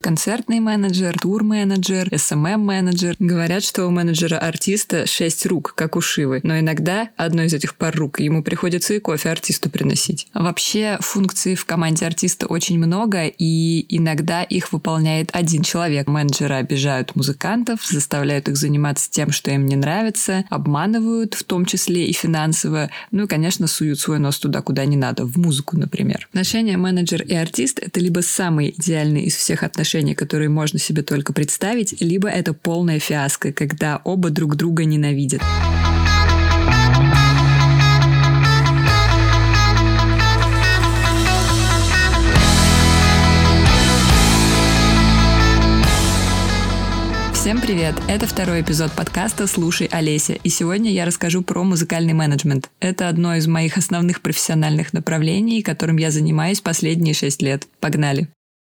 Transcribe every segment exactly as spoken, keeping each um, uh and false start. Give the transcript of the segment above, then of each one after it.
концертный менеджер, тур-менеджер, эс эм эм-менеджер. Говорят, что у менеджера-артиста шесть рук, как у Шивы, но иногда одной из этих пар рук ему приходится и кофе артисту приносить. Вообще, функций в команде артиста очень много, и иногда их выполняет один человек. Менеджеры обижают музыкантов, заставляют их заниматься тем, что им не нравится, обманывают, в том числе и финансово, ну и, конечно, суют свой нос туда, куда не надо, в музыку, например. Отношения менеджер и артист — это либо самые идеальные из всех отношений, которые можно себе только представить, либо это полная фиаско, когда оба друг друга ненавидят. Всем привет! Это второй эпизод подкаста «Слушай, Олеся», и сегодня я расскажу про музыкальный менеджмент. Это одно из моих основных профессиональных направлений, которым я занимаюсь последние шесть лет. Погнали!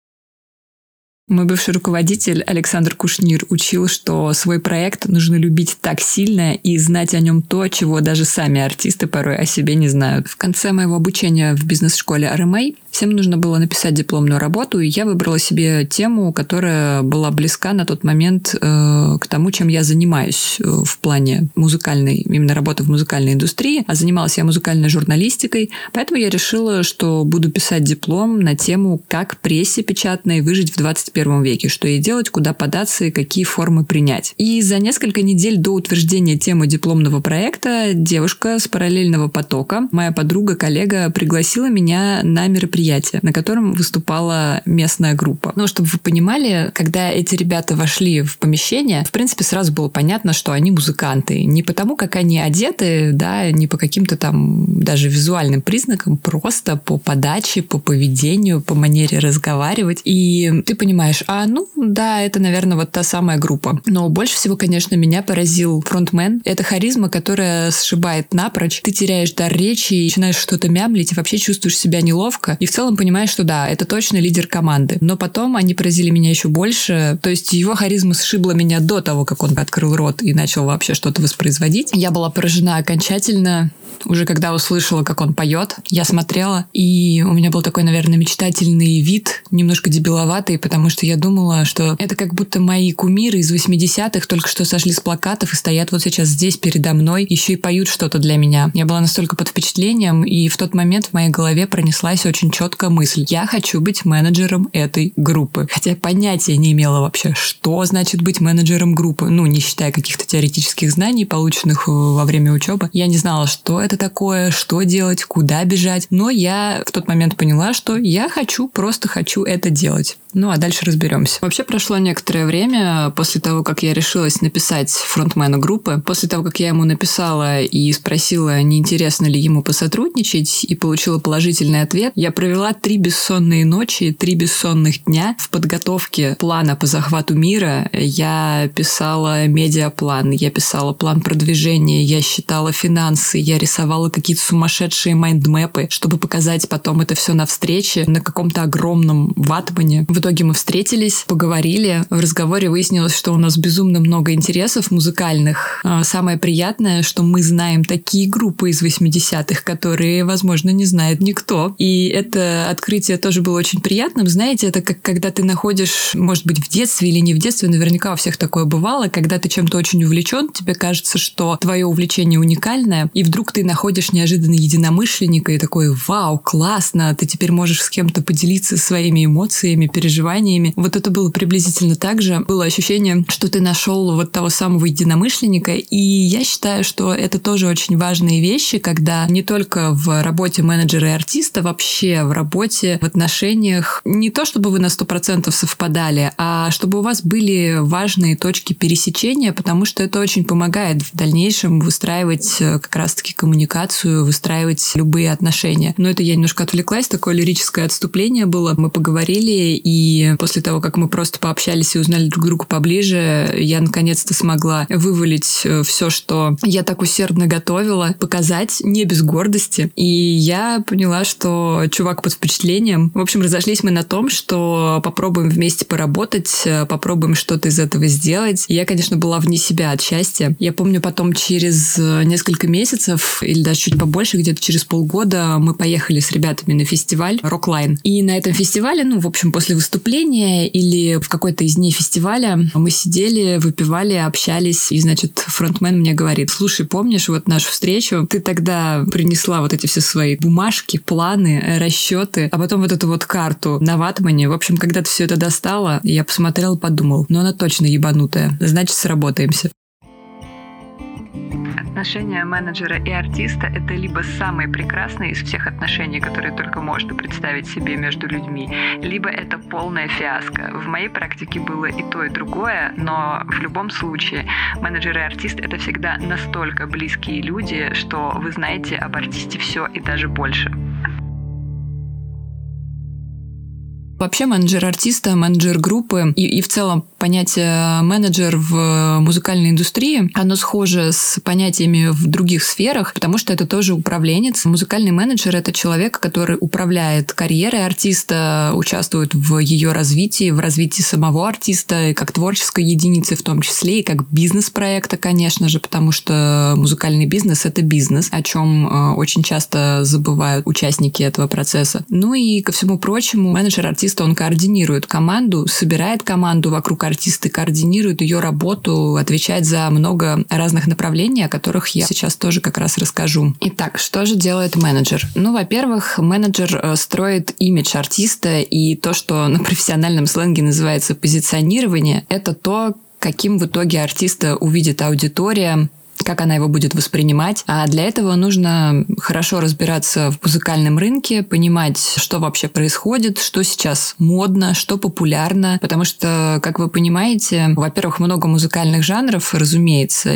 Мой бывший руководитель Александр Кушнир учил, что свой проект нужно любить так сильно и знать о нем то, чего даже сами артисты порой о себе не знают. В конце моего обучения в бизнес-школе ар эм эй всем нужно было написать дипломную работу, и я выбрала себе тему, которая была близка на тот момент э, к тому, чем я занимаюсь э, в плане музыкальной, именно работы в музыкальной индустрии. А занималась я музыкальной журналистикой, поэтому я решила, что буду писать диплом на тему, как прессе печатной выжить в двадцать первом веке, что ей делать, куда податься и какие формы принять. И за несколько недель до утверждения темы дипломного проекта девушка с параллельного потока, моя подруга, коллега, пригласила меня на мероприятие, на котором выступала местная группа. Ну, чтобы вы понимали, когда эти ребята вошли в помещение, в принципе, сразу было понятно, что они музыканты. Не потому, как они одеты, да, не по каким-то там даже визуальным признакам, просто по подаче, по поведению, по манере разговаривать. И ты понимаешь, а, ну, да, это, наверное, вот та самая группа. Но больше всего, конечно, меня поразил фронтмен. Это харизма, которая сшибает напрочь. Ты теряешь дар речи, и начинаешь что-то мямлить, и вообще чувствуешь себя неловко. И в целом понимаешь, что да, это точно лидер команды. Но потом они поразили меня еще больше. То есть его харизма сшибла меня до того, как он открыл рот и начал вообще что-то воспроизводить. Я была поражена окончательно. Уже когда услышала, как он поет, я смотрела, и у меня был такой, наверное, мечтательный вид, немножко дебиловатый, потому что я думала, что это как будто мои кумиры из восьмидесятых только что сошли с плакатов и стоят вот сейчас здесь передо мной, еще и поют что-то для меня. Я была настолько под впечатлением, и в тот момент в моей голове пронеслась очень четкая мысль. Я хочу быть менеджером этой группы. Хотя я понятия не имела вообще, что значит быть менеджером группы. Ну, не считая каких-то теоретических знаний, полученных во время учебы. Я не знала, что это такое, что делать, куда бежать. Но я в тот момент поняла, что я хочу, просто хочу это делать. Ну, а дальше разберемся. Вообще прошло некоторое время после того, как я решилась написать фронтмену группы. После того, как я ему написала и спросила, не интересно ли ему посотрудничать, и получила положительный ответ, я провела три бессонные ночи, три бессонных дня в подготовке плана по захвату мира. Я писала медиаплан, я писала план продвижения, я считала финансы, я рисовала какие-то сумасшедшие майндмэпы, чтобы показать потом это все на встрече на каком-то огромном ватмане. В итоге мы встретились, поговорили. В разговоре выяснилось, что у нас безумно много интересов музыкальных. Самое приятное, что мы знаем такие группы из восьмидесятых, которые, возможно, не знает никто. И это открытие тоже было очень приятным. Знаете, это как когда ты находишь, может быть, в детстве или не в детстве, наверняка у всех такое бывало, когда ты чем-то очень увлечен, тебе кажется, что твое увлечение уникальное, и вдруг ты находишь неожиданно единомышленника и такой: вау, классно, ты теперь можешь с кем-то поделиться своими эмоциями, переживаниями. Вот это было приблизительно так же. Было ощущение, что ты нашел вот того самого единомышленника, и я считаю, что это тоже очень важные вещи, когда не только в работе менеджера и артиста, вообще в работе, в отношениях, не то чтобы вы на сто процентов совпадали, а чтобы у вас были важные точки пересечения, потому что это очень помогает в дальнейшем выстраивать как раз-таки коммуникацию, выстраивать любые отношения. Но это я немножко отвлеклась, такое лирическое отступление было. Мы поговорили, и после того, как мы просто пообщались и узнали друг друга поближе, я наконец-то смогла вывалить все, что я так усердно готовила, показать не без гордости. И я поняла, что чувак под впечатлением. В общем, разошлись мы на том, что попробуем вместе поработать, попробуем что-то из этого сделать. И я, конечно, была вне себя от счастья. Я помню, потом через несколько месяцев месяцев или даже чуть побольше, где-то через полгода мы поехали с ребятами на фестиваль Rockline. И на этом фестивале, ну, в общем, после выступления или в какой-то из дней фестиваля мы сидели, выпивали, общались, и, значит, фронтмен мне говорит: слушай, помнишь вот нашу встречу? Ты тогда принесла вот эти все свои бумажки, планы, расчеты, а потом вот эту вот карту на ватмане. В общем, когда ты все это достала, я посмотрел и подумал: ну, она точно ебанутая, значит, сработаемся. Отношения менеджера и артиста – это либо самые прекрасные из всех отношений, которые только можно представить себе между людьми, либо это полная фиаско. В моей практике было и то, и другое, но в любом случае менеджер и артист – это всегда настолько близкие люди, что вы знаете об артисте все и даже больше. Вообще менеджер артиста, менеджер группы и, и в целом понятие менеджер в музыкальной индустрии, оно схоже с понятиями в других сферах, потому что это тоже управленец. Музыкальный менеджер – это человек, который управляет карьерой артиста, участвует в ее развитии, в развитии самого артиста, и как творческой единицы в том числе, и как бизнес-проекта, конечно же, потому что музыкальный бизнес – это бизнес, о чем очень часто забывают участники этого процесса. Ну и ко всему прочему, менеджер артиста он координирует команду, собирает команду вокруг артиста, координирует ее работу, отвечает за много разных направлений, о которых я сейчас тоже как раз расскажу. Итак, что же делает менеджер? Ну, во-первых, менеджер строит имидж артиста, и то, что на профессиональном сленге называется позиционирование, это то, каким в итоге артиста увидит аудитория, как она его будет воспринимать. А для этого нужно хорошо разбираться в музыкальном рынке, понимать, что вообще происходит, что сейчас модно, что популярно. Потому что, как вы понимаете, во-первых, много музыкальных жанров, разумеется,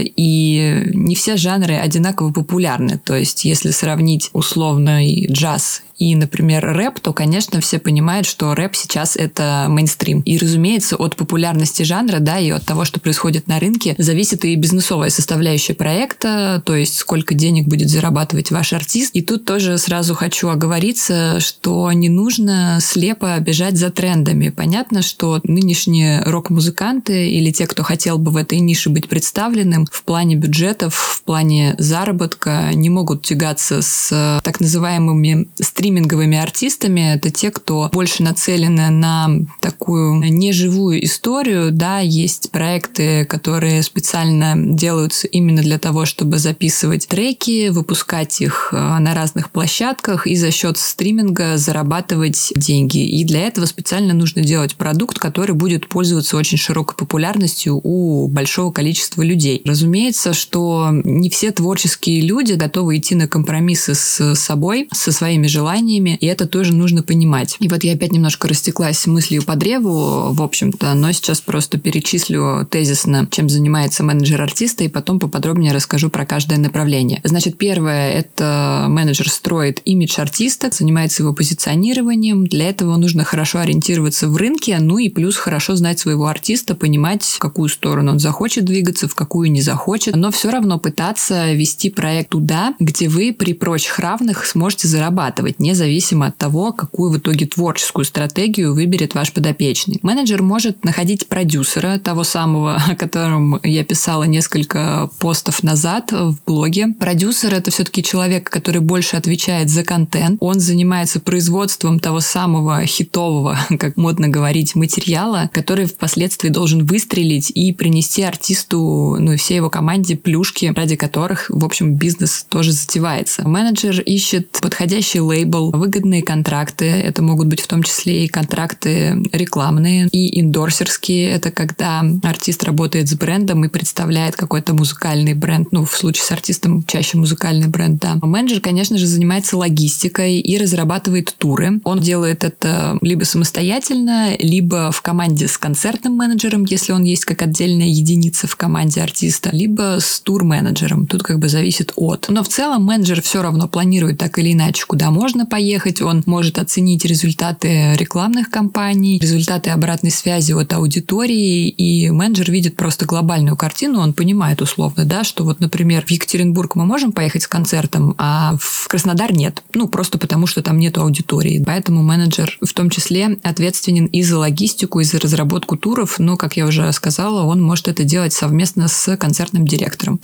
и не все жанры одинаково популярны. То есть, если сравнить условный джаз и, например, рэп, то, конечно, все понимают, что рэп сейчас это мейнстрим. И, разумеется, от популярности жанра, да, и от того, что происходит на рынке, зависит и бизнесовая составляющая проекта, то есть сколько денег будет зарабатывать ваш артист. И тут тоже сразу хочу оговориться, что не нужно слепо бежать за трендами. Понятно, что нынешние рок-музыканты или те, кто хотел бы в этой нише быть представленным, в плане бюджетов, в плане заработка не могут тягаться с так называемыми стриминговыми стриминговыми артистами. Это те, кто больше нацелены на такую неживую историю. Да, есть проекты, которые специально делаются именно для того, чтобы записывать треки, выпускать их на разных площадках и за счет стриминга зарабатывать деньги. И для этого специально нужно делать продукт, который будет пользоваться очень широкой популярностью у большого количества людей. Разумеется, что не все творческие люди готовы идти на компромиссы с собой, со своими желаниями, и это тоже нужно понимать. И вот я опять немножко растеклась мыслью по древу, в общем-то, но сейчас просто перечислю тезисно, чем занимается менеджер артиста, и потом поподробнее расскажу про каждое направление. Значит, первое – это менеджер строит имидж артиста, занимается его позиционированием. Для этого нужно хорошо ориентироваться в рынке, ну и плюс хорошо знать своего артиста, понимать, в какую сторону он захочет двигаться, в какую не захочет, но все равно пытаться вести проект туда, где вы при прочих равных сможете зарабатывать, независимо от того, какую в итоге творческую стратегию выберет ваш подопечный. Менеджер может находить продюсера, того самого, о котором я писала несколько постов назад в блоге. Продюсер — это все-таки человек, который больше отвечает за контент. Он занимается производством того самого хитового, как модно говорить, материала, который впоследствии должен выстрелить и принести артисту, ну и всей его команде плюшки, ради которых, в общем, бизнес тоже затевается. Менеджер ищет подходящий лейбл, выгодные контракты. Это могут быть в том числе и контракты рекламные, и индорсерские. Это когда артист работает с брендом и представляет какой-то музыкальный бренд. Ну, в случае с артистом чаще музыкальный бренд, да. Менеджер, конечно же, занимается логистикой и разрабатывает туры. Он делает это либо самостоятельно, либо в команде с концертным менеджером, если он есть как отдельная единица в команде артиста, либо с тур-менеджером. Тут как бы зависит от. Но в целом менеджер все равно планирует так или иначе, куда можно поехать. Он может оценить результаты рекламных кампаний, результаты обратной связи от аудитории, и менеджер видит просто глобальную картину. Он понимает условно, да, что вот, например, в Екатеринбург мы можем поехать с концертом, а в Краснодар нет. Ну, просто потому, что там нету аудитории. Поэтому менеджер в том числе ответственен и за логистику, и за разработку туров, но, как я уже сказала, он может это делать совместно с концертным директором. Также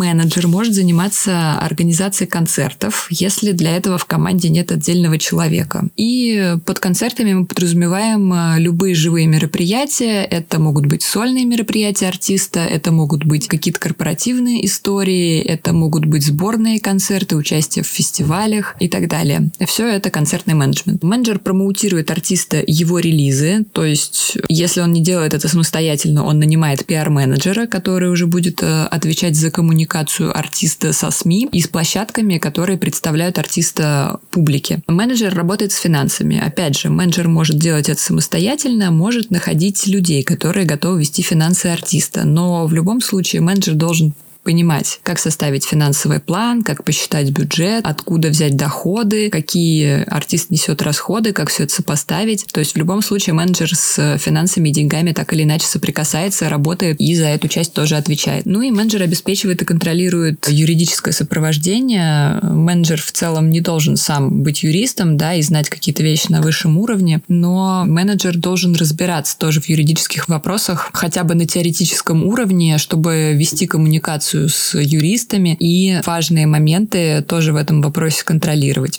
Менеджер может заниматься организацией концертов, если для этого в команде нет отдельного человека. И под концертами мы подразумеваем любые живые мероприятия. Это могут быть сольные мероприятия артиста, это могут быть какие-то корпоративные истории, это могут быть сборные концерты, участие в фестивалях и так далее. Все это концертный менеджмент. Менеджер промоутирует артиста его релизы, то есть если он не делает это самостоятельно, он нанимает пиар-менеджера, который уже будет отвечать за коммуникацию артиста со СМИ и с площадками, которые представляют артиста публике. Менеджер работает с финансами. Опять же, менеджер может делать это самостоятельно, может находить людей, которые готовы вести финансы артиста. Но в любом случае менеджер должен понимать, как составить финансовый план, как посчитать бюджет, откуда взять доходы, какие артист несет расходы, как все это сопоставить. То есть в любом случае менеджер с финансами и деньгами так или иначе соприкасается, работает и за эту часть тоже отвечает. Ну и менеджер обеспечивает и контролирует юридическое сопровождение. Менеджер в целом не должен сам быть юристом, да, и знать какие-то вещи на высшем уровне, но менеджер должен разбираться тоже в юридических вопросах, хотя бы на теоретическом уровне, чтобы вести коммуникацию с юристами и важные моменты тоже в этом вопросе контролировать.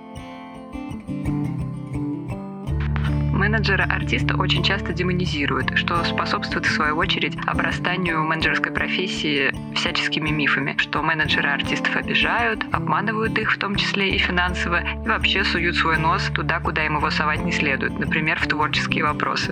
Менеджера артиста очень часто демонизируют, что способствует, в свою очередь, обрастанию менеджерской профессии всяческими мифами, что менеджеры артистов обижают, обманывают их, в том числе и финансово, и вообще суют свой нос туда, куда им его совать не следует, например, в творческие вопросы.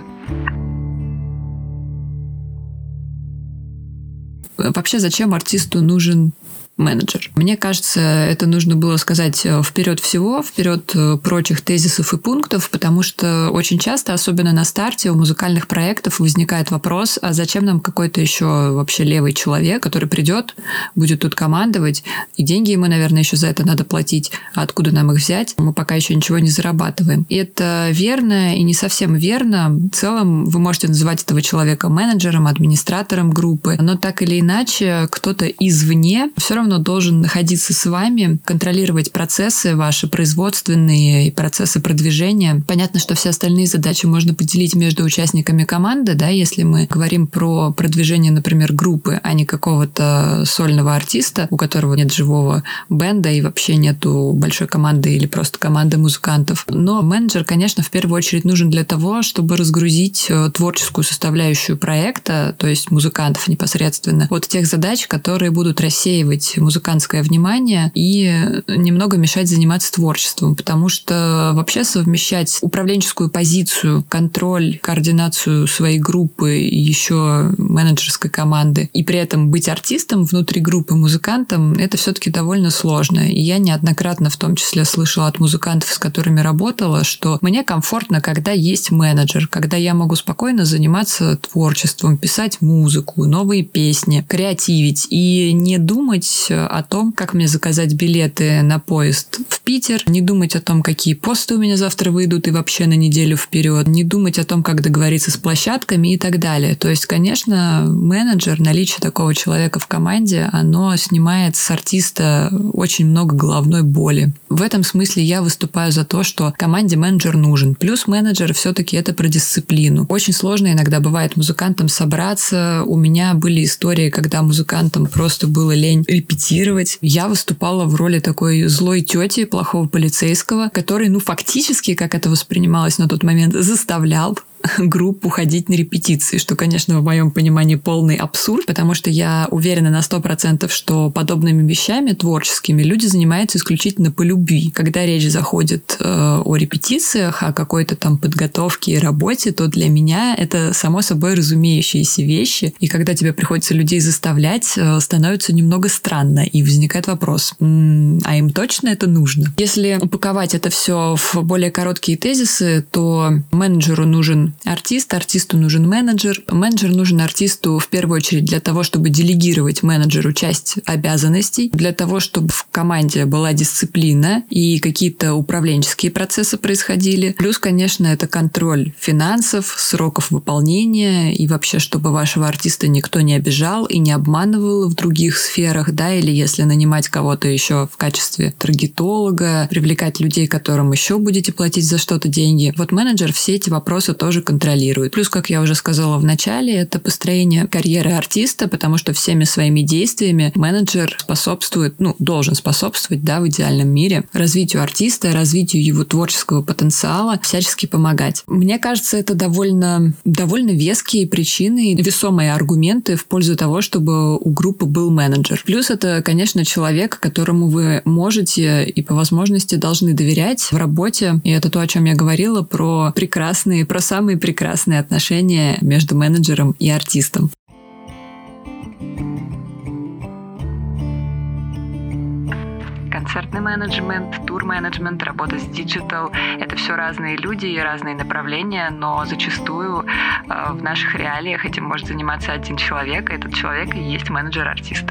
Вообще, зачем артисту нужен менеджер? Мне кажется, это нужно было сказать вперед всего, вперед прочих тезисов и пунктов, потому что очень часто, особенно на старте, у музыкальных проектов возникает вопрос, а зачем нам какой-то еще вообще левый человек, который придет, будет тут командовать, и деньги ему, наверное, еще за это надо платить, а откуда нам их взять? Мы пока еще ничего не зарабатываем. И это верно и не совсем верно. В целом вы можете называть этого человека менеджером, администратором группы, но так или иначе кто-то извне все равно должен находиться с вами, контролировать процессы ваши производственные и процессы продвижения. Понятно, что все остальные задачи можно поделить между участниками команды, да, если мы говорим про продвижение, например, группы, а не какого-то сольного артиста, у которого нет живого бенда и вообще нету большой команды или просто команды музыкантов. Но менеджер, конечно, в первую очередь нужен для того, чтобы разгрузить творческую составляющую проекта, то есть музыкантов непосредственно, от тех задач, которые будут рассеивать музыкантское внимание и немного мешать заниматься творчеством, потому что вообще совмещать управленческую позицию, контроль, координацию своей группы и еще менеджерской команды, и при этом быть артистом внутри группы, музыкантом, это все-таки довольно сложно. И я неоднократно в том числе слышала от музыкантов, с которыми работала, что мне комфортно, когда есть менеджер, когда я могу спокойно заниматься творчеством, писать музыку, новые песни, креативить и не думать о том, как мне заказать билеты на поезд в Питер, не думать о том, какие посты у меня завтра выйдут и вообще на неделю вперед, не думать о том, как договориться с площадками и так далее. То есть, конечно, менеджер, наличие такого человека в команде, оно снимает с артиста очень много головной боли. В этом смысле я выступаю за то, что команде менеджер нужен. Плюс менеджер все-таки это про дисциплину. Очень сложно иногда бывает музыкантам собраться. У меня были истории, когда музыкантам просто было лень репетировать. Я выступала в роли такой злой тети, плохого полицейского, который, ну, фактически, как это воспринималось на тот момент, заставлял группу ходить на репетиции, что, конечно, в моем понимании полный абсурд, потому что я уверена на сто процентов, что подобными вещами творческими люди занимаются исключительно по любви. Когда речь заходит э, о репетициях, о какой-то там подготовке и работе, то для меня это само собой разумеющиеся вещи. И когда тебе приходится людей заставлять, э, становится немного странно. И возникает вопрос, м-м, а им точно это нужно? Если упаковать это все в более короткие тезисы, то менеджеру нужен артист, артисту нужен менеджер. Менеджер нужен артисту в первую очередь для того, чтобы делегировать менеджеру часть обязанностей, для того, чтобы в команде была дисциплина и какие-то управленческие процессы происходили. Плюс, конечно, это контроль финансов, сроков выполнения и вообще, чтобы вашего артиста никто не обижал и не обманывал в других сферах, да, или если нанимать кого-то еще в качестве таргетолога, привлекать людей, которым еще будете платить за что-то деньги. Вот менеджер все эти вопросы тоже контролирует. Плюс, как я уже сказала в начале, это построение карьеры артиста, потому что всеми своими действиями менеджер способствует, ну, должен способствовать, да, в идеальном мире развитию артиста, развитию его творческого потенциала, всячески помогать. Мне кажется, это довольно, довольно веские причины, весомые аргументы в пользу того, чтобы у группы был менеджер. Плюс это, конечно, человек, которому вы можете и по возможности должны доверять в работе. И это то, о чем я говорила, про прекрасные, про самые прекрасные отношения между менеджером и артистом. Концертный менеджмент, тур-менеджмент, работа с диджитал – это все разные люди и разные направления, но зачастую э, в наших реалиях этим может заниматься один человек, и этот человек и есть менеджер артиста.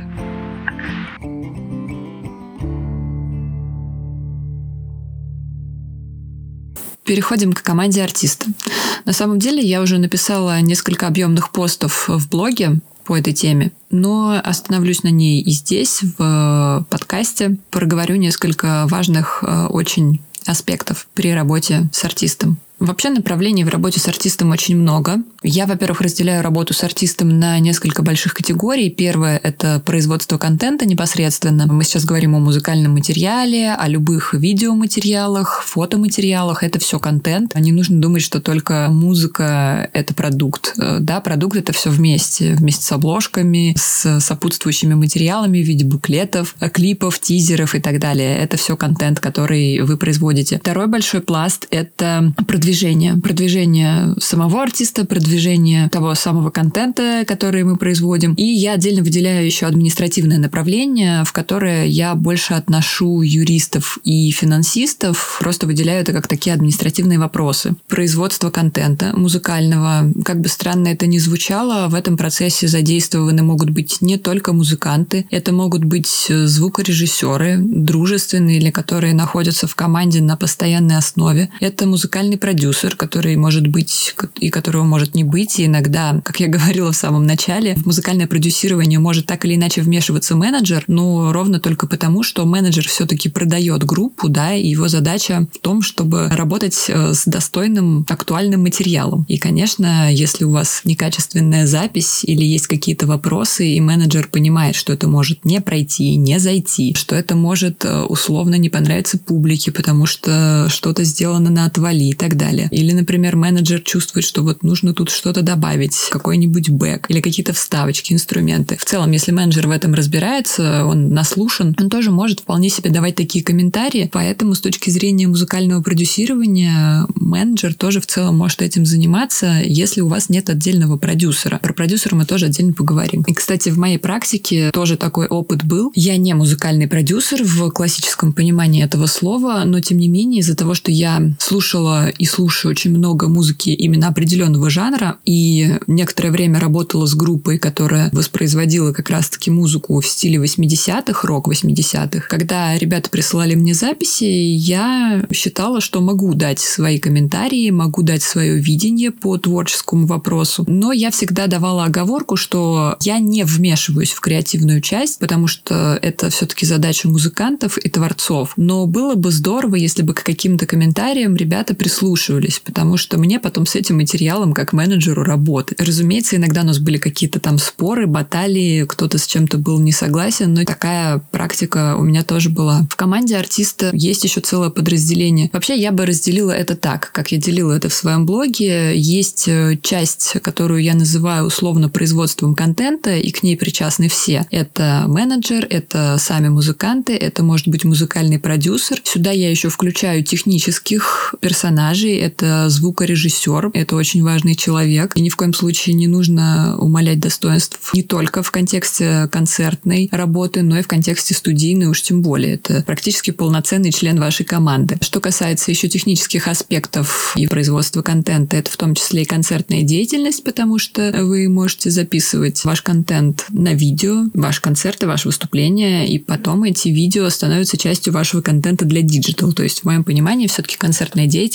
Переходим к команде артиста. На самом деле я уже написала несколько объемных постов в блоге по этой теме, но остановлюсь на ней и здесь, в подкасте. Проговорю несколько важных очень аспектов при работе с артистом. Вообще направлений в работе с артистом очень много. Я, во-первых, разделяю работу с артистом на несколько больших категорий. Первое – это производство контента непосредственно. Мы сейчас говорим о музыкальном материале, о любых видеоматериалах, фотоматериалах. Это все контент. Не нужно думать, что только музыка – это продукт. Да, продукт – это все вместе. Вместе с обложками, с сопутствующими материалами в виде буклетов, клипов, тизеров и так далее. Это все контент, который вы производите. Второй большой пласт – это продвижение. Продвижение. Продвижение самого артиста, продвижение того самого контента, который мы производим. И я отдельно выделяю еще административное направление, в которое я больше отношу юристов и финансистов. Просто выделяю это как такие административные вопросы. Производство контента музыкального. Как бы странно это ни звучало, в этом процессе задействованы могут быть не только музыканты. Это могут быть звукорежиссеры, дружественные или которые находятся в команде на постоянной основе. Это музыкальный продюсер, продюсер, который может быть и которого может не быть. И иногда, как я говорила в самом начале, в музыкальное продюсирование может так или иначе вмешиваться менеджер, но ровно только потому, что менеджер все-таки продает группу, да, и его задача в том, чтобы работать с достойным, актуальным материалом. И, конечно, если у вас некачественная запись или есть какие-то вопросы, и менеджер понимает, что это может не пройти, не зайти, что это может условно не понравиться публике, потому что что-то сделано на отвали и так далее. Или, например, менеджер чувствует, что вот нужно тут что-то добавить, какой-нибудь бэк или какие-то вставочки, инструменты. В целом, если менеджер в этом разбирается, он наслушан, он тоже может вполне себе давать такие комментарии. Поэтому с точки зрения музыкального продюсирования менеджер тоже в целом может этим заниматься, если у вас нет отдельного продюсера. Про продюсера мы тоже отдельно поговорим. И, кстати, в моей практике тоже такой опыт был. Я не музыкальный продюсер в классическом понимании этого слова, но, тем не менее, из-за того, что я слушала и слушаю очень много музыки именно определенного жанра, и некоторое время работала с группой, которая воспроизводила как раз-таки музыку в стиле восьмидесятых, рок восьмидесятых. Когда ребята присылали мне записи, я считала, что могу дать свои комментарии, могу дать свое видение по творческому вопросу, но я всегда давала оговорку, что я не вмешиваюсь в креативную часть, потому что это все-таки задача музыкантов и творцов. Но было бы здорово, если бы к каким-то комментариям ребята прислушивались, потому что мне потом с этим материалом как менеджеру работать. Разумеется, иногда у нас были какие-то там споры, баталии, кто-то с чем-то был не согласен, но такая практика у меня тоже была. В команде артиста есть еще целое подразделение. Вообще, я бы разделила это так, как я делила это в своем блоге. Есть часть, которую я называю условно производством контента, и к ней причастны все. Это менеджер, это сами музыканты, это может быть музыкальный продюсер. Сюда я еще включаю технических персонажей. Это звукорежиссер, это очень важный человек. И ни в коем случае не нужно умалять достоинств не только в контексте концертной работы, но и в контексте студийной уж тем более. Это практически полноценный член вашей команды. Что касается еще технических аспектов и производства контента, это в том числе и концертная деятельность, потому что вы можете записывать ваш контент на видео, ваш концерт и ваше выступление, и потом эти видео становятся частью вашего контента для диджитал. То есть, в моем понимании, все-таки концертная деятельность — это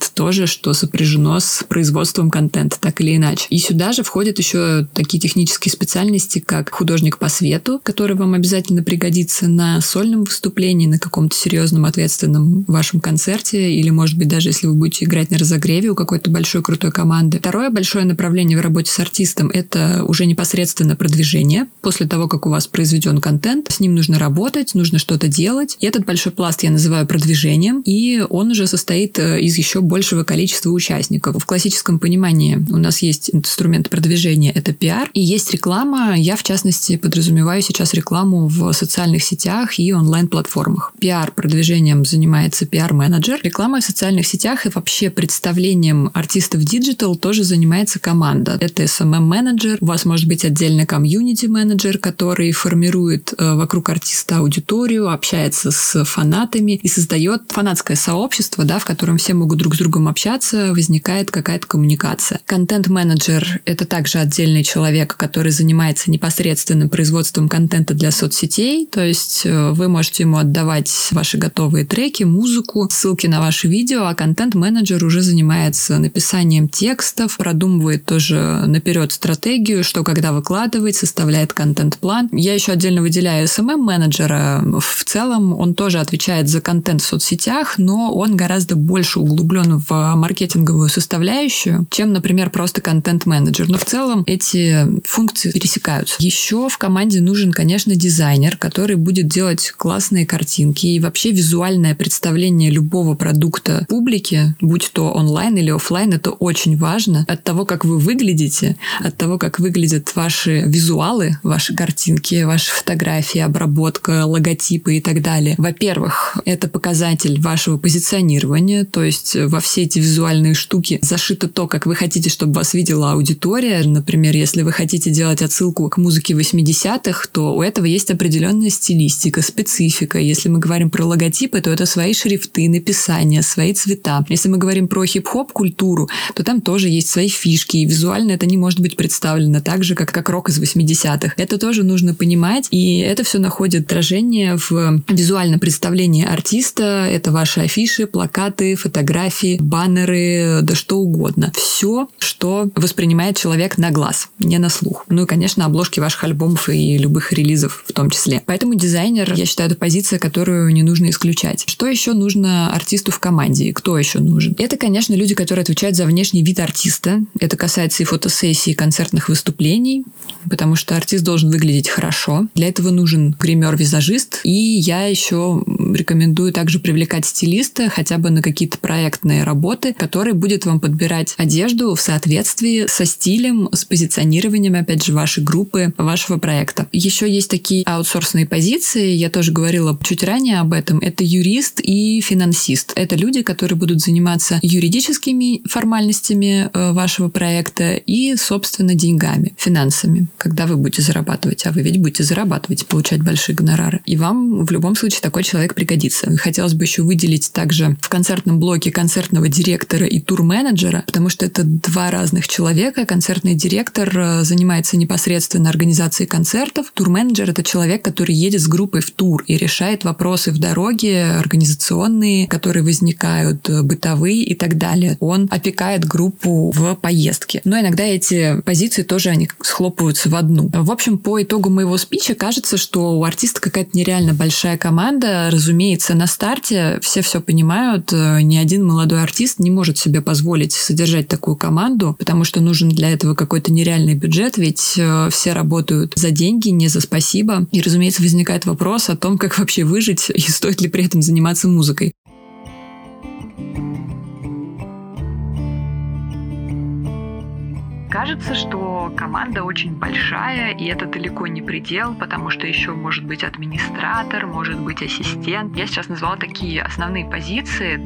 тоже, что сопряжено с производством контента, так или иначе. И сюда же входят еще такие технические специальности, как художник по свету, который вам обязательно пригодится на сольном выступлении, на каком-то серьезном, ответственном вашем концерте, или, может быть, даже если вы будете играть на разогреве у какой-то большой крутой команды. Второе большое направление в работе с артистом — это уже непосредственно продвижение. После того, как у вас произведен контент, с ним нужно работать, нужно что-то делать. И этот большой пласт я называю продвижением, и он уже состоит из еще большего количества участников. В классическом понимании у нас есть инструмент продвижения — это пиар, и есть реклама. Я, в частности, подразумеваю сейчас рекламу в социальных сетях и онлайн-платформах. Пиар-продвижением занимается пиар-менеджер. Рекламой в социальных сетях и вообще представлением артистов в диджитал тоже занимается команда. Это эс эм эм-менеджер, у вас может быть отдельно комьюнити-менеджер, который формирует э, вокруг артиста аудиторию, общается с фанатами и создает фанатское сообщество, да, в котором все могут друг с другом общаться, возникает какая-то коммуникация. Контент-менеджер — это также отдельный человек, который занимается непосредственным производством контента для соцсетей, то есть э, вы можете ему отдавать ваши готовые треки, музыку, ссылки на ваши видео, а контент-менеджер уже занимается написанием текстов, продумывает тоже наперед стратегию, что когда выкладывать, составляет контент-план. Я еще отдельно выделяю эс эм эм-менеджера. В целом он тоже отвечает за контент в соцсетях, но он гораздо больше углублен в маркетинговую составляющую, чем, например, просто контент-менеджер. Но в целом эти функции пересекаются. Еще в команде нужен, конечно, дизайнер, который будет делать классные картинки и вообще визуальное представление любого продукта публике, будь то онлайн или офлайн, это очень важно. От того, как вы выглядите, от того, как выглядят ваши визуалы, ваши картинки, ваши фотографии, обработка, логотипы и так далее. Во-первых, это показатель вашего позиционирования, то есть во все эти визуальные штуки зашито то, как вы хотите, чтобы вас видела аудитория. Например, если вы хотите делать отсылку к музыке восьмидесятых, то у этого есть определенная стилистика, специфика. Если мы говорим про логотипы, то это свои шрифты, написания, свои цвета. Если мы говорим про хип-хоп культуру, то там тоже есть свои фишки, и визуально это не может быть представлено так же, как, как рок из восьмидесятых. Это тоже нужно понимать, и это все находит отражение в визуальном представлении артиста. Это ваши афиши, плакаты, фотографии, баннеры, да что угодно. Все, что воспринимает человек на глаз, не на слух. Ну и, конечно, обложки ваших альбомов и любых релизов в том числе. Поэтому дизайнер, я считаю, это позиция, которую не нужно исключать. Что еще нужно артисту в команде? Кто еще нужен? Это, конечно, люди, которые отвечают за внешний вид артиста. Это касается и фотосессий, и концертных выступлений, потому что артист должен выглядеть хорошо. Для этого нужен гример-визажист. И я еще рекомендую также привлекать стилиста хотя бы на какие-то проектные работы, который будет вам подбирать одежду в соответствии со стилем, с позиционированием, опять же, вашей группы, вашего проекта. Еще есть такие аутсорсные позиции, я тоже говорила чуть ранее об этом. Это юрист и финансист. Это люди, которые будут заниматься юридическими формальностями вашего проекта и, собственно, деньгами, финансами, когда вы будете зарабатывать. А вы ведь будете зарабатывать и получать большие гонорары. И вам в любом случае такой человек пригодится. Хотелось бы еще выделить также в концертном блоке концертного директора и тур-менеджера, потому что это два разных человека. Концертный директор занимается непосредственно организацией концертов. Тур-менеджер — это человек, который едет с группой в тур и решает вопросы в дороге, организационные, которые возникают, бытовые и так далее. Он опекает группу в поездке. Но иногда эти позиции тоже они схлопываются в одну. В общем, по итогу моего спича кажется, что у артиста какая-то нереально большая команда. Разумеется, на старте все все понимают. Ни один молодой артист не может себе позволить содержать такую команду, потому что нужен для этого какой-то нереальный бюджет, ведь все работают за деньги, не за спасибо. И, разумеется, возникает вопрос о том, как вообще выжить и стоит ли при этом заниматься музыкой. Кажется, что команда очень большая, и это далеко не предел, потому что еще может быть администратор, может быть ассистент. Я сейчас назвала такие основные позиции.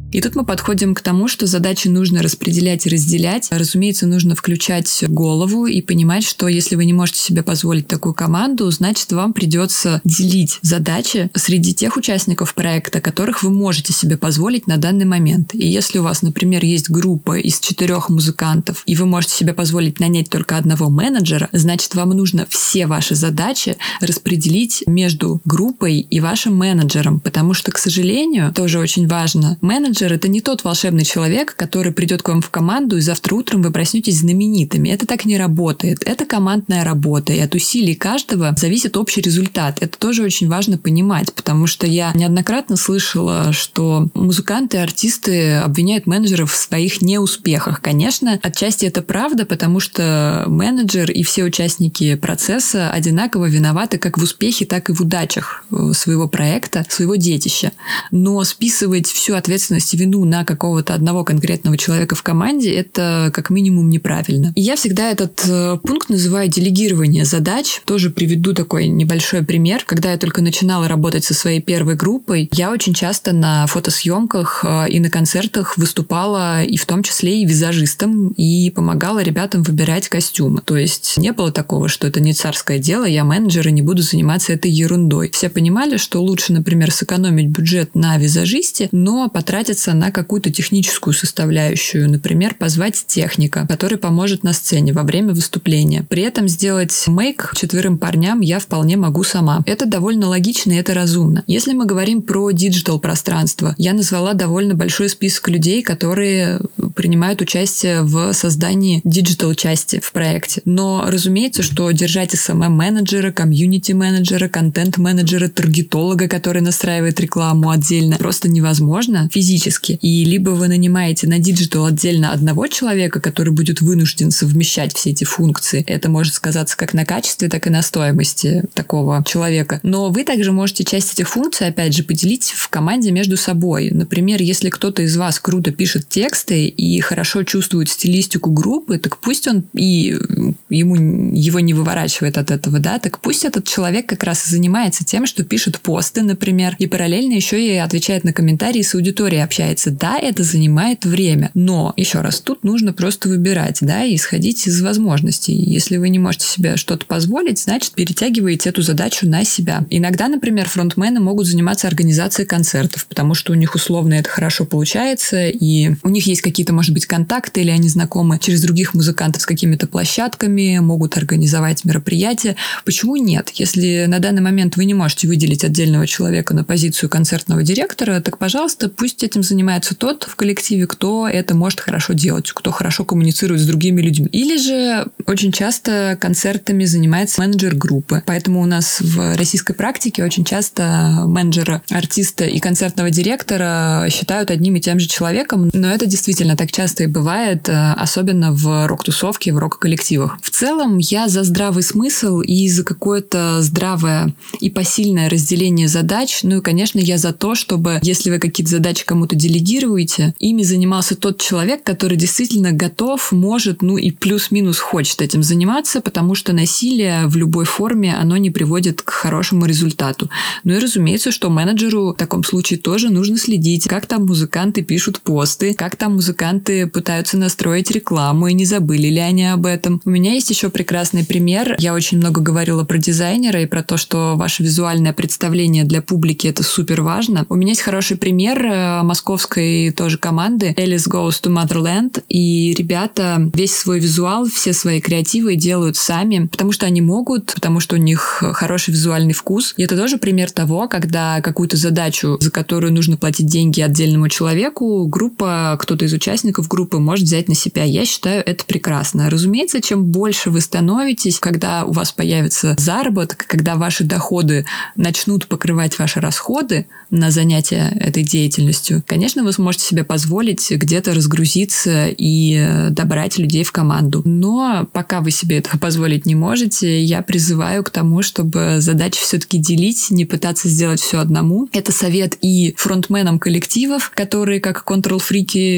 И тут мы подходим к тому, что задачи нужно распределять и разделять. Разумеется, нужно включать голову и понимать, что если вы не можете себе позволить такую команду, значит, вам придется делить задачи среди тех участников проекта, которых вы можете себе позволить на данный момент. И если у вас, например, есть группа из четырех музыкантов, и вы можете себе позволить нанять только одного менеджера, значит, вам нужно все ваши задачи распределить между группой и вашим менеджером, потому что, к сожалению, тоже очень важно, менеджер — это не тот волшебный человек, который придет к вам в команду, и завтра утром вы проснетесь знаменитыми. Это так не работает. Это командная работа, и от усилий каждого зависит общий результат. Это тоже очень важно понимать, потому что я неоднократно слышала, что музыканты, артисты обвиняют менеджеров в своих неуспехах. Конечно, отчасти это правда, потому что менеджер и все участники процесса одинаково виноваты как в успехе, так и в удачах своего проекта, своего детища. Но списывать всю ответственность и вину на какого-то одного конкретного человека в команде — это как минимум неправильно. И я всегда этот пункт называю делегирование задач. Тоже приведу такой небольшой пример. Когда я только начинала работать со своей первой группой, я очень часто на фотосъемках и на концертах выступала и в том числе и визажистом, и помогала ребятам выбирать костюмы. То есть не было такого, что это не царское дело, я менеджер и не буду заниматься этой ерундой. Все понимали, что лучше, например, сэкономить бюджет на визажисте, но потратиться на какую-то техническую составляющую. Например, позвать техника, который поможет на сцене во время выступления. При этом сделать мейк четверым парням я вполне могу сама. Это довольно логично и это разумно. Если мы говорим про диджитал-пространство, я назвала довольно большой список людей, которые принимают участие в создании диджитал-части в проекте. Но, разумеется, что держать эс эм эм-менеджера, комьюнити-менеджера, контент-менеджера, таргетолога, который настраивает рекламу отдельно, просто невозможно физически. И либо вы нанимаете на диджитал отдельно одного человека, который будет вынужден совмещать все эти функции. Это может сказаться как на качестве, так и на стоимости такого человека. Но вы также можете часть этих функций, опять же, поделить в команде между собой. Например, если кто-то из вас круто пишет тексты и хорошо чувствует стилистику группы, так пусть он и ему его не выворачивает от этого, да, так пусть этот человек как раз и занимается тем, что пишет посты, например, и параллельно еще и отвечает на комментарии с аудиторией, общается. Да, это занимает время, но, еще раз, тут нужно просто выбирать, да, и исходить из возможностей. Если вы не можете себе что-то позволить, значит, перетягиваете эту задачу на себя. Иногда, например, фронтмены могут заниматься организацией концертов, потому что у них условно это хорошо получается, и у них есть какие-то, может быть, контакты, или они знакомы через других музыкантов с какими-то площадками, могут организовать мероприятия. Почему нет? Если на данный момент вы не можете выделить отдельного человека на позицию концертного директора, так, пожалуйста, пусть этим занимается тот в коллективе, кто это может хорошо делать, кто хорошо коммуницирует с другими людьми. Или же очень часто концертами занимается менеджер группы. Поэтому у нас в российской практике очень часто менеджера, артиста и концертного директора считают одним и тем же человеком, но это действительно так часто и бывает, особенно в рок-тусовке, в рок-коллективах. В целом, я за здравый смысл и за какое-то здравое и посильное разделение задач. Ну и, конечно, я за то, чтобы, если вы какие-то задачи кому-то делегируете, ими занимался тот человек, который действительно готов, может, ну и плюс-минус хочет этим заниматься, потому что насилие в любой форме, оно не приводит к хорошему результату. Ну и, разумеется, что менеджеру в таком случае тоже нужно следить, как там музыканты пишут посты, как там музыканты пытаются настроить рекламу, и не забыли ли они об этом. У меня есть еще прекрасный пример. Я очень много говорила про дизайнера и про то, что ваше визуальное представление для публики — это супер важно. У меня есть хороший пример московской тоже команды Alice Goes to Motherland, и ребята весь свой визуал, все свои креативы делают сами, потому что они могут, потому что у них хороший визуальный вкус. И это тоже пример того, когда какую-то задачу, за которую нужно платить деньги отдельному человеку, группа, кто-то из участников группы может взять на себя. Я считаю, это прекрасно. Разумеется, чем больше вы становитесь, когда у вас появится заработок, когда ваши доходы начнут покрывать ваши расходы на занятия этой деятельностью, конечно, вы сможете себе позволить где-то разгрузиться и добрать людей в команду. Но пока вы себе этого позволить не можете, я призываю к тому, чтобы задачи все-таки делить, не пытаться сделать все одному. Это совет и фронтменам коллективов, которые, как контрол-фрики, частенько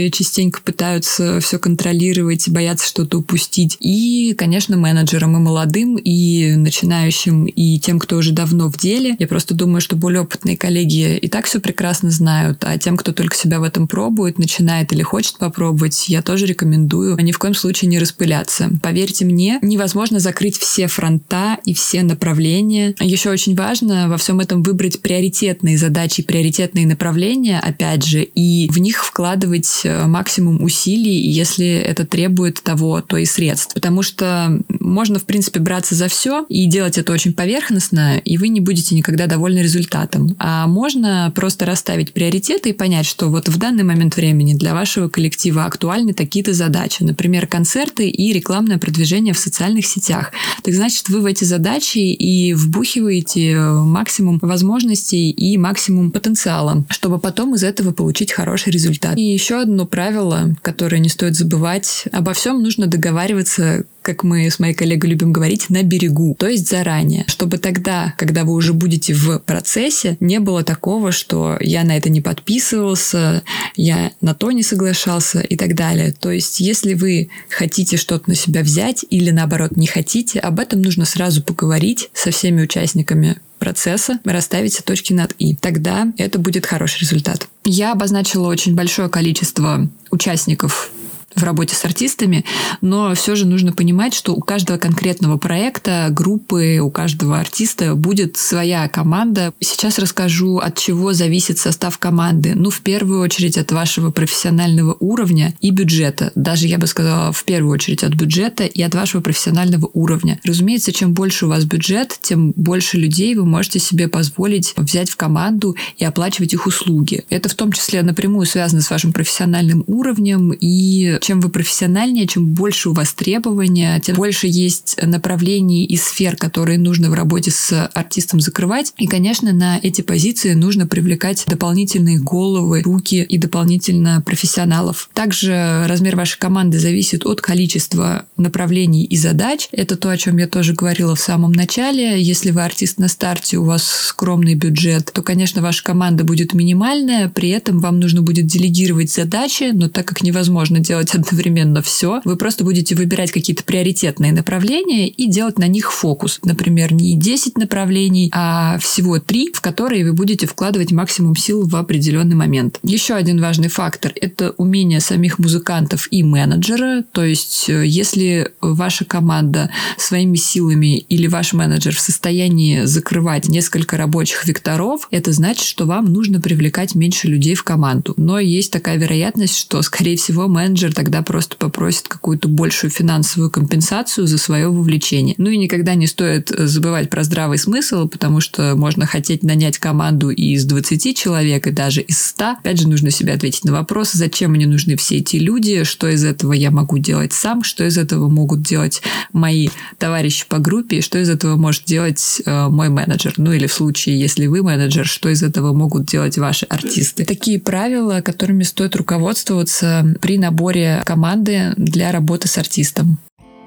быстренько пытаются все контролировать, боятся что-то упустить. И, конечно, менеджерам и молодым, и начинающим, и тем, кто уже давно в деле. Я просто думаю, что более опытные коллеги и так все прекрасно знают, а тем, кто только себя в этом пробует, начинает или хочет попробовать, я тоже рекомендую ни в коем случае не распыляться. Поверьте мне, невозможно закрыть все фронта и все направления. Еще очень важно во всем этом выбрать приоритетные задачи, приоритетные направления, опять же, и в них вкладывать максимум усилий, если это требует того, то и средств. Потому что можно, в принципе, браться за все и делать это очень поверхностно, и вы не будете никогда довольны результатом. А можно просто расставить приоритеты и понять, что вот в данный момент времени для вашего коллектива актуальны такие-то задачи. Например, концерты и рекламное продвижение в социальных сетях. Так значит, вы в эти задачи и вбухиваете максимум возможностей и максимум потенциала, чтобы потом из этого получить хороший результат. И еще одно правило, которое не стоит забывать. Обо всем нужно договариваться, как мы с моей коллегой любим говорить, на берегу, то есть заранее, чтобы тогда, когда вы уже будете в процессе, не было такого, что я на это не подписывался, я на то не соглашался и так далее. То есть, если вы хотите что-то на себя взять или, наоборот, не хотите, об этом нужно сразу поговорить со всеми участниками процесса, расставить все точки над «и». Тогда это будет хороший результат. Я обозначила очень большое количество участников в работе с артистами, но все же нужно понимать, что у каждого конкретного проекта, группы, у каждого артиста будет своя команда. Сейчас расскажу, от чего зависит состав команды. Ну, в первую очередь, от вашего профессионального уровня и бюджета. Даже, я бы сказала, в первую очередь от бюджета и от вашего профессионального уровня. Разумеется, чем больше у вас бюджет, тем больше людей вы можете себе позволить взять в команду и оплачивать их услуги. Это в том числе напрямую связано с вашим профессиональным уровнем, и чем вы профессиональнее, чем больше у вас требования, тем больше есть направлений и сфер, которые нужно в работе с артистом закрывать. И, конечно, на эти позиции нужно привлекать дополнительные головы, руки и дополнительно профессионалов. Также размер вашей команды зависит от количества направлений и задач. Это то, о чем я тоже говорила в самом начале. Если вы артист на старте, у вас скромный бюджет, то, конечно, ваша команда будет минимальная, при этом вам нужно будет делегировать задачи, но так как невозможно делать одновременно все, вы просто будете выбирать какие-то приоритетные направления и делать на них фокус. Например, не десять направлений, а всего три, в которые вы будете вкладывать максимум сил в определенный момент. Еще один важный фактор – это умение самих музыкантов и менеджера. То есть, если ваша команда своими силами или ваш менеджер в состоянии закрывать несколько рабочих векторов, это значит, что вам нужно привлекать меньше людей в команду. Но есть такая вероятность, что, скорее всего, менеджер тогда просто попросит какую-то большую финансовую компенсацию за свое вовлечение. Ну и никогда не стоит забывать про здравый смысл, потому что можно хотеть нанять команду из двадцати человек и даже из ста. Опять же, нужно себе ответить на вопрос, зачем мне нужны все эти люди, что из этого я могу делать сам, что из этого могут делать мои товарищи по группе, и что из этого может делать э, мой менеджер. Ну или в случае, если вы менеджер, что из этого могут делать ваши артисты. Такие правила, которыми стоит руководствоваться при наборе команды для работы с артистом.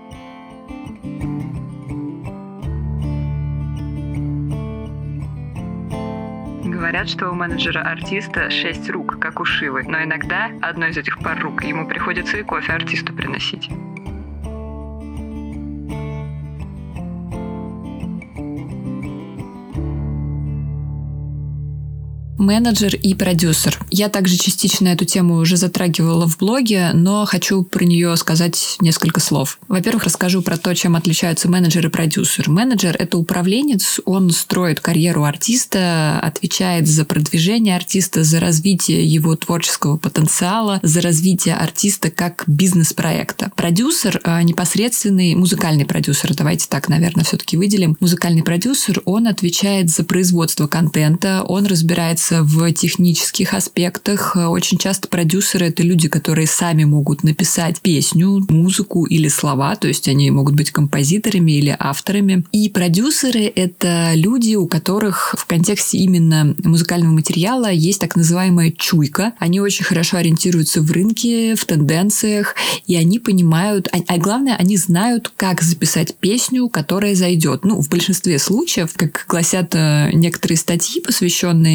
Говорят, что у менеджера-артиста шесть рук, как у Шивы, но иногда одной из этих пар рук ему приходится и кофе артисту приносить. Менеджер и продюсер. Я также частично эту тему уже затрагивала в блоге, но хочу про нее сказать несколько слов. Во-первых, расскажу про то, чем отличаются менеджер и продюсер. Менеджер – это управленец, он строит карьеру артиста, отвечает за продвижение артиста, за развитие его творческого потенциала, за развитие артиста как бизнес-проекта. Продюсер – непосредственный музыкальный продюсер, давайте так, наверное, все-таки выделим. Музыкальный продюсер, он отвечает за производство контента, он разбирается в технических аспектах. Очень часто продюсеры — это люди, которые сами могут написать песню, музыку или слова, то есть они могут быть композиторами или авторами. И продюсеры — это люди, у которых в контексте именно музыкального материала есть так называемая чуйка. Они очень хорошо ориентируются в рынке, в тенденциях, и они понимают, а, а главное, они знают, как записать песню, которая зайдет. Ну, в большинстве случаев, как гласят некоторые статьи, посвященные музыкальному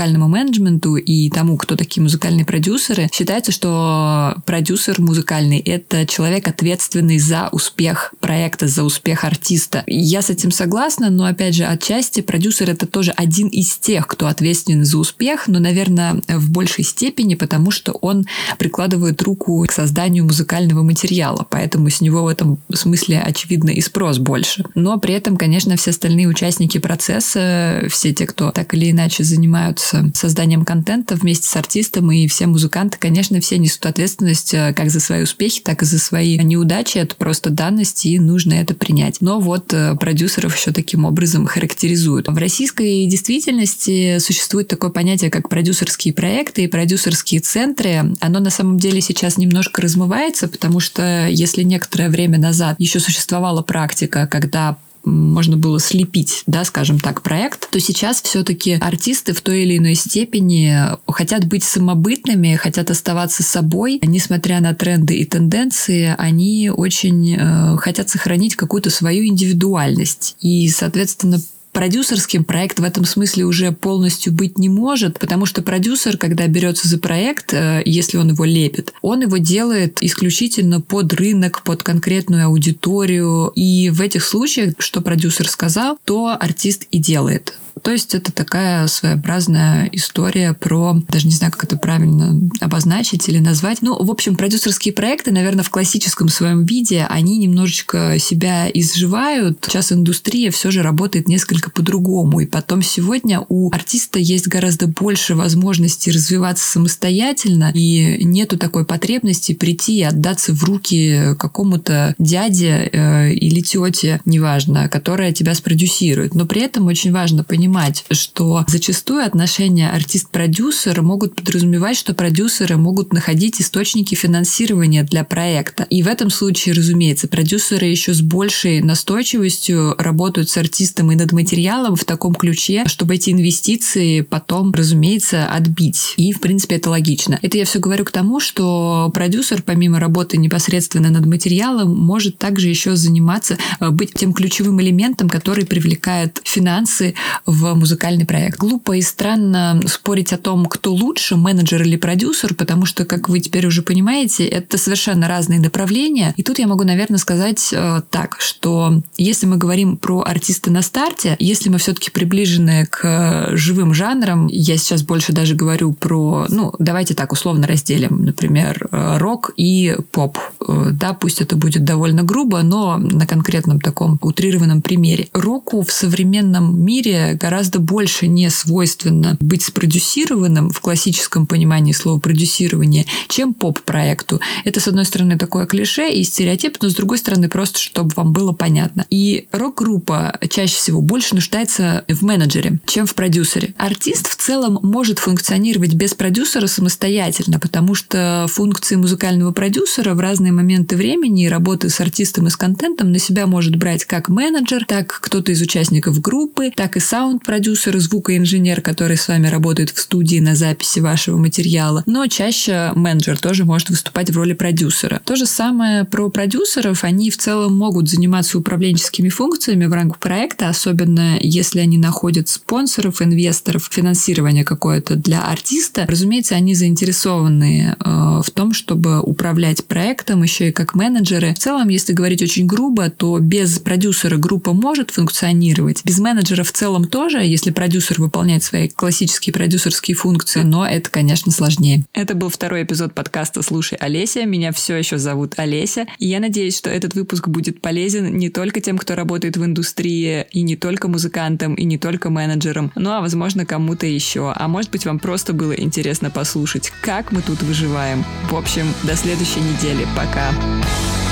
музыкальному менеджменту и тому, кто такие музыкальные продюсеры, считается, что продюсер музыкальный — это человек, ответственный за успех проекта, за успех артиста. Я с этим согласна, но, опять же, отчасти продюсер — это тоже один из тех, кто ответственен за успех, но, наверное, в большей степени, потому что он прикладывает руку к созданию музыкального материала, поэтому с него в этом смысле, очевидно, и спрос больше. Но при этом, конечно, все остальные участники процесса, все те, кто так или иначе занимаются созданием контента вместе с артистом, и все музыканты, конечно, все несут ответственность как за свои успехи, так и за свои неудачи. Это просто данность, и нужно это принять. Но вот продюсеров еще таким образом характеризуют. В российской действительности существует такое понятие, как продюсерские проекты и продюсерские центры. Оно на самом деле сейчас немножко размывается, потому что если некоторое время назад еще существовала практика, когда можно было слепить, да, скажем так, проект, то сейчас все-таки артисты в той или иной степени хотят быть самобытными, хотят оставаться собой. Несмотря на тренды и тенденции, они очень э, хотят сохранить какую-то свою индивидуальность. И, соответственно, продюсерским проект в этом смысле уже полностью быть не может, потому что продюсер, когда берется за проект, если он его лепит, он его делает исключительно под рынок, под конкретную аудиторию. И в этих случаях, что продюсер сказал, то артист и делает. То есть это такая своеобразная история про, даже не знаю, как это правильно обозначить или назвать. Ну, в общем, продюсерские проекты, наверное, в классическом своем виде, они немножечко себя изживают. Сейчас индустрия все же работает несколько по-другому. И потом сегодня у артиста есть гораздо больше возможностей развиваться самостоятельно, и нету такой потребности прийти и отдаться в руки какому-то дяде э, или тете, неважно, которая тебя спродюсирует. Но при этом очень важно понимать, что зачастую отношения артист-продюсер могут подразумевать, что продюсеры могут находить источники финансирования для проекта. И в этом случае, разумеется, продюсеры еще с большей настойчивостью работают с артистом и над материалом в таком ключе, чтобы эти инвестиции потом, разумеется, отбить. И, в принципе, это логично. Это я все говорю к тому, что продюсер, помимо работы непосредственно над материалом, может также еще заниматься, быть тем ключевым элементом, который привлекает финансы в в музыкальный проект. Глупо и странно спорить о том, кто лучше, менеджер или продюсер, потому что, как вы теперь уже понимаете, это совершенно разные направления. И тут я могу, наверное, сказать э, так, что если мы говорим про артиста на старте, если мы все-таки приближены к живым жанрам, я сейчас больше даже говорю про, ну, давайте так условно разделим, например, рок и поп. Э, да, пусть это будет довольно грубо, но на конкретном таком утрированном примере. Року в современном мире гораздо больше не свойственно быть спродюсированным в классическом понимании слова продюсирование, чем поп-проекту. Это, с одной стороны, такое клише и стереотип, но с другой стороны, просто чтобы вам было понятно. И рок-группа чаще всего больше нуждается в менеджере, чем в продюсере. Артист в целом может функционировать без продюсера самостоятельно, потому что функции музыкального продюсера в разные моменты времени и работы с артистом и с контентом на себя может брать как менеджер, так кто-то из участников группы, так и саунд-продюсер, звукоинженер, который с вами работает в студии на записи вашего материала. Но чаще менеджер тоже может выступать в роли продюсера. То же самое про продюсеров. Они в целом могут заниматься управленческими функциями в рамках проекта, особенно если они находят спонсоров, инвесторов, финансирование какое-то для артиста. Разумеется, они заинтересованы э, в том, чтобы управлять проектом еще и как менеджеры. В целом, если говорить очень грубо, то без продюсера группа может функционировать. Без менеджера в целом тоже, если продюсер выполняет свои классические продюсерские функции, но это, конечно, сложнее. Это был второй эпизод подкаста «Слушай, Олеся». Меня все еще зовут Олеся. И я надеюсь, что этот выпуск будет полезен не только тем, кто работает в индустрии, и не только музыкантам, и не только менеджерам, ну а, возможно, кому-то еще. А может быть, вам просто было интересно послушать, как мы тут выживаем. В общем, до следующей недели. Пока.